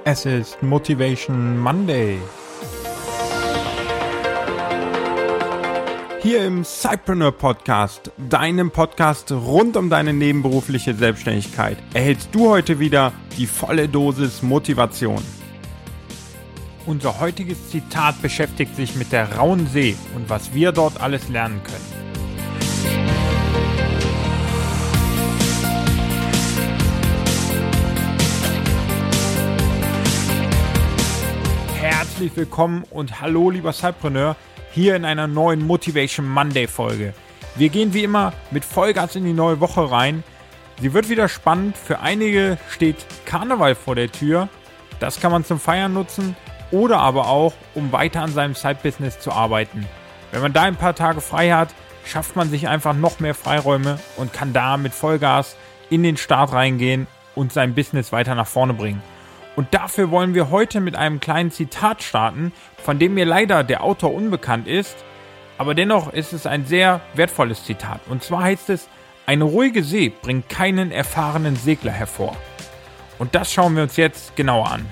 Es ist Motivation Monday. Hier im Cypreneur Podcast, deinem Podcast rund um deine nebenberufliche Selbstständigkeit, erhältst du heute wieder die volle Dosis Motivation. Unser heutiges Zitat beschäftigt sich mit der rauen See und was wir dort alles lernen können. Herzlich willkommen und hallo lieber Cypreneur, hier in einer neuen Motivation Monday Folge. Wir gehen wie immer mit Vollgas in die neue Woche rein. Sie wird wieder spannend, für einige steht Karneval vor der Tür, das kann man zum Feiern nutzen oder aber auch, um weiter an seinem Side-Business zu arbeiten. Wenn man da ein paar Tage frei hat, schafft man sich einfach noch mehr Freiräume und kann da mit Vollgas in den Start reingehen und sein Business weiter nach vorne bringen. Und dafür wollen wir heute mit einem kleinen Zitat starten, von dem mir leider der Autor unbekannt ist, aber dennoch ist es ein sehr wertvolles Zitat. Und zwar heißt es, eine ruhige See bringt keinen erfahrenen Segler hervor. Und das schauen wir uns jetzt genauer an.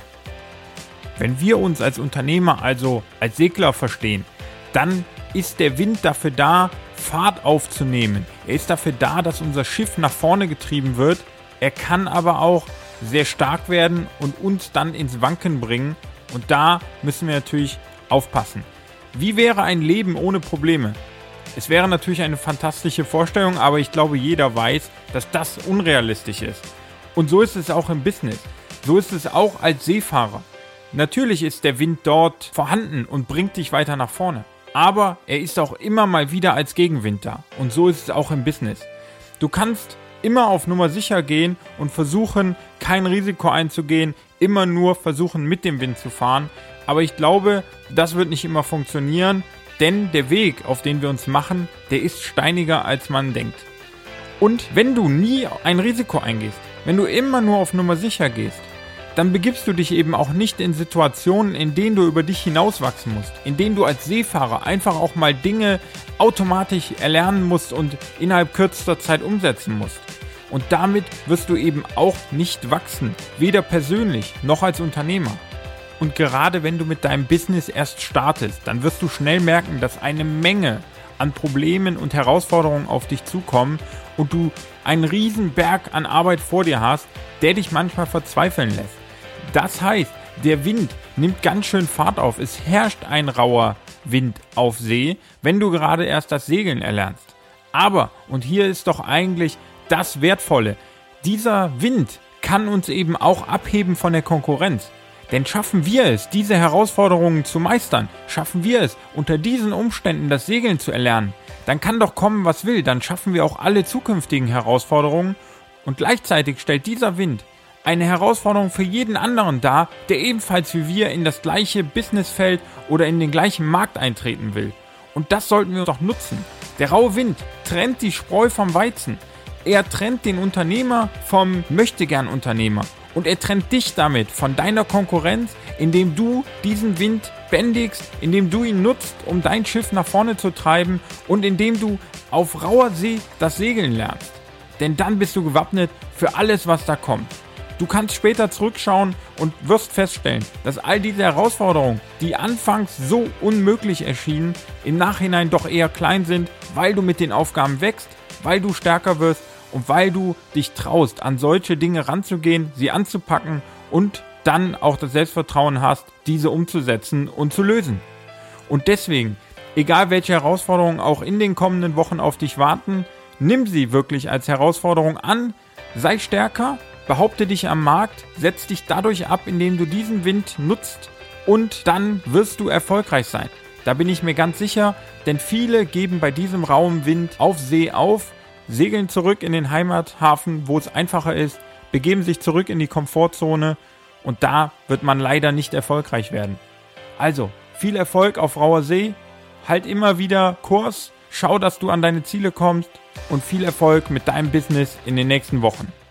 Wenn wir uns als Unternehmer, also als Segler verstehen, dann ist der Wind dafür da, Fahrt aufzunehmen. Er ist dafür da, dass unser Schiff nach vorne getrieben wird. Er kann aber auch sehr stark werden und uns dann ins Wanken bringen. Und da müssen wir natürlich aufpassen. Wie wäre ein Leben ohne Probleme? Es wäre natürlich eine fantastische Vorstellung, aber ich glaube, jeder weiß, dass das unrealistisch ist. Und so ist es auch im Business. So ist es auch als Seefahrer. Natürlich ist der Wind dort vorhanden und bringt dich weiter nach vorne. Aber er ist auch immer mal wieder als Gegenwind da. Und so ist es auch im Business. Du kannst immer auf Nummer sicher gehen und versuchen, kein Risiko einzugehen, immer nur versuchen, mit dem Wind zu fahren. Aber ich glaube, das wird nicht immer funktionieren, denn der Weg, auf den wir uns machen, der ist steiniger, als man denkt. Und wenn du nie ein Risiko eingehst, wenn du immer nur auf Nummer sicher gehst, dann begibst du dich eben auch nicht in Situationen, in denen du über dich hinauswachsen musst, in denen du als Seefahrer einfach auch mal Dinge automatisch erlernen musst und innerhalb kürzester Zeit umsetzen musst. Und damit wirst du eben auch nicht wachsen, weder persönlich noch als Unternehmer. Und gerade wenn du mit deinem Business erst startest, dann wirst du schnell merken, dass eine Menge an Problemen und Herausforderungen auf dich zukommen und du einen riesen Berg an Arbeit vor dir hast, der dich manchmal verzweifeln lässt. Das heißt, der Wind nimmt ganz schön Fahrt auf. Es herrscht ein rauer Wind auf See, wenn du gerade erst das Segeln erlernst. Aber, und hier ist doch eigentlich das Wertvolle, dieser Wind kann uns eben auch abheben von der Konkurrenz. Denn schaffen wir es, diese Herausforderungen zu meistern, schaffen wir es, unter diesen Umständen das Segeln zu erlernen, dann kann doch kommen, was will, dann schaffen wir auch alle zukünftigen Herausforderungen und gleichzeitig stellt dieser Wind eine Herausforderung für jeden anderen dar, der ebenfalls wie wir in das gleiche Businessfeld oder in den gleichen Markt eintreten will. Und das sollten wir doch nutzen. Der raue Wind trennt die Spreu vom Weizen. Er trennt den Unternehmer vom Möchtegern-Unternehmer. Und er trennt dich damit von deiner Konkurrenz, indem du diesen Wind bändigst, indem du ihn nutzt, um dein Schiff nach vorne zu treiben und indem du auf rauer See das Segeln lernst. Denn dann bist du gewappnet für alles, was da kommt. Du kannst später zurückschauen und wirst feststellen, dass all diese Herausforderungen, die anfangs so unmöglich erschienen, im Nachhinein doch eher klein sind, weil du mit den Aufgaben wächst, weil du stärker wirst und weil du dich traust, an solche Dinge ranzugehen, sie anzupacken und dann auch das Selbstvertrauen hast, diese umzusetzen und zu lösen. Und deswegen, egal welche Herausforderungen auch in den kommenden Wochen auf dich warten, nimm sie wirklich als Herausforderung an, sei stärker, behaupte dich am Markt, setz dich dadurch ab, indem du diesen Wind nutzt und dann wirst du erfolgreich sein. Da bin ich mir ganz sicher, denn viele geben bei diesem rauen Wind auf See auf, segeln zurück in den Heimathafen, wo es einfacher ist, begeben sich zurück in die Komfortzone und da wird man leider nicht erfolgreich werden. Also, viel Erfolg auf rauer See, halt immer wieder Kurs, schau, dass du an deine Ziele kommst und viel Erfolg mit deinem Business in den nächsten Wochen.